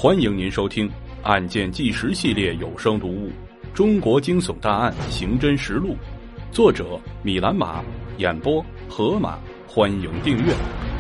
欢迎您收听《案件纪实》系列有声读物《中国惊悚大案刑侦实录》，作者米兰马，演播河马。欢迎订阅。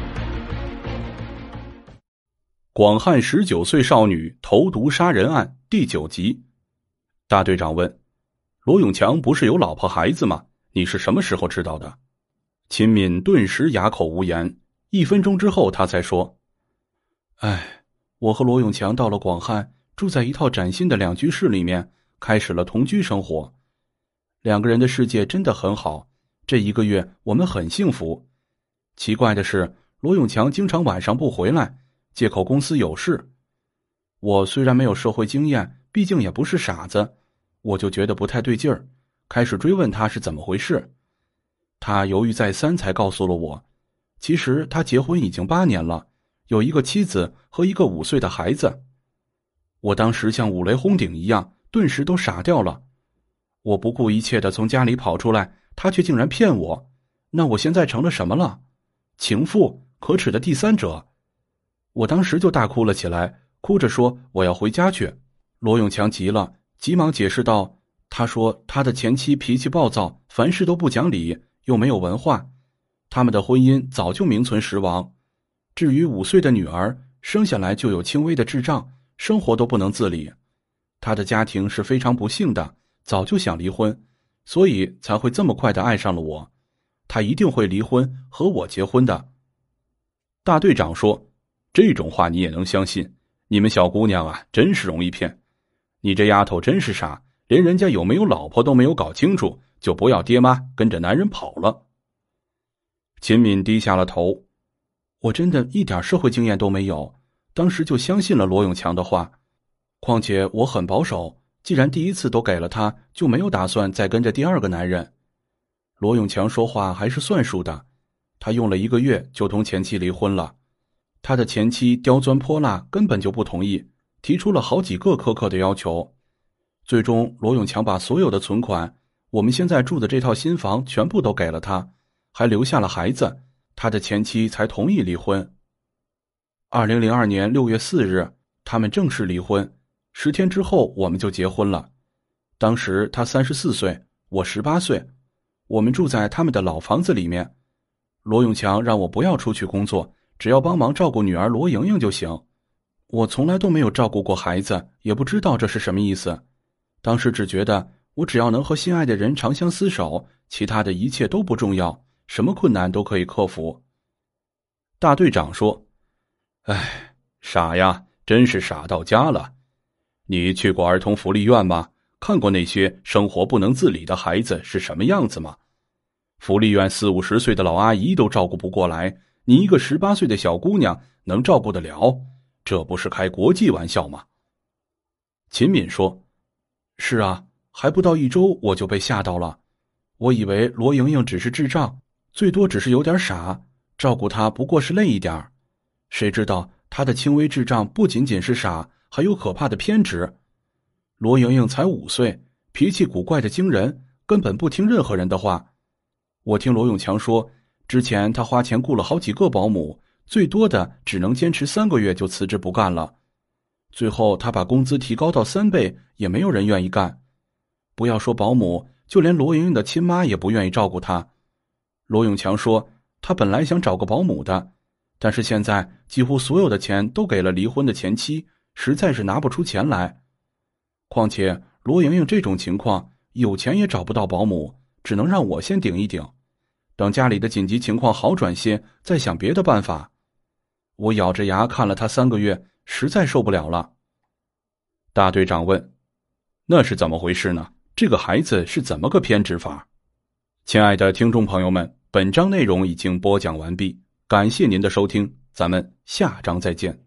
广汉19岁少女投毒杀人案第9集。大队长问：罗永强不是有老婆孩子吗？你是什么时候知道的？秦敏顿时哑口无言，1分钟之后他才说：我和罗永强到了广汉，住在一套崭新的2居室里面，开始了同居生活。2个人的世界真的很好，这1个月我们很幸福。奇怪的是，罗永强经常晚上不回来，借口公司有事。我虽然没有社会经验，毕竟也不是傻子，我就觉得不太对劲儿，开始追问他是怎么回事。他犹豫再三才告诉了我，其实他结婚已经8年了，有一个妻子和一个5岁的孩子。我当时像五雷轰顶一样，顿时都傻掉了。我不顾一切地从家里跑出来，他却竟然骗我。那我现在成了什么了？情妇，可耻的第三者。我当时就大哭了起来，哭着说我要回家去。罗永强急了，急忙解释道，他说他的前妻脾气暴躁，凡事都不讲理，又没有文化，他们的婚姻早就名存实亡。至于5岁的女儿，生下来就有轻微的智障，生活都不能自理。他的家庭是非常不幸的，早就想离婚，所以才会这么快地爱上了我。他一定会离婚，和我结婚的。大队长说，这种话你也能相信？你们小姑娘啊，真是容易骗。你这丫头真是傻，连人家有没有老婆都没有搞清楚，就不要爹妈跟着男人跑了。秦敏低下了头，我真的一点社会经验都没有，当时就相信了罗永强的话。况且我很保守，既然第1次都给了他，就没有打算再跟着第2个男人。罗永强说话还是算数的，他用了1个月就同前妻离婚了。他的前妻刁钻泼辣，根本就不同意，提出了好几个苛刻的要求。最终罗永强把所有的存款，我们现在住的这套新房全部都给了他，还留下了孩子，他的前妻才同意离婚。2002年6月4日，他们正式离婚，10天之后我们就结婚了。当时他34岁，我18岁，我们住在他们的老房子里面。罗永强让我不要出去工作，只要帮忙照顾女儿罗莹莹就行。我从来都没有照顾过孩子，也不知道这是什么意思。当时只觉得我只要能和心爱的人长相厮守，其他的一切都不重要，什么困难都可以克服。大队长说，傻呀，真是傻到家了。你去过儿童福利院吗？看过那些生活不能自理的孩子是什么样子吗？福利院40、50岁的老阿姨都照顾不过来，你一个18岁的小姑娘能照顾得了？这不是开国际玩笑吗？秦敏说，是啊，还不到1周我就被吓到了。我以为罗莹莹只是智障，最多只是有点傻，照顾她不过是累一点。谁知道她的轻微智障不仅仅是傻，还有可怕的偏执。罗莹莹才5岁，脾气古怪的惊人，根本不听任何人的话。我听罗永强说，之前他花钱雇了好几个保姆，最多的只能坚持3个月就辞职不干了。最后他把工资提高到3倍，也没有人愿意干。不要说保姆，就连罗莹莹的亲妈也不愿意照顾他。罗永强说，他本来想找个保姆的，但是现在几乎所有的钱都给了离婚的前妻，实在是拿不出钱来。况且罗莹莹这种情况，有钱也找不到保姆，只能让我先顶一顶，等家里的紧急情况好转些，再想别的办法。我咬着牙看了他3个月，实在受不了了。大队长问，那是怎么回事呢？这个孩子是怎么个偏执法？亲爱的听众朋友们，本章内容已经播讲完毕，感谢您的收听，咱们下章再见。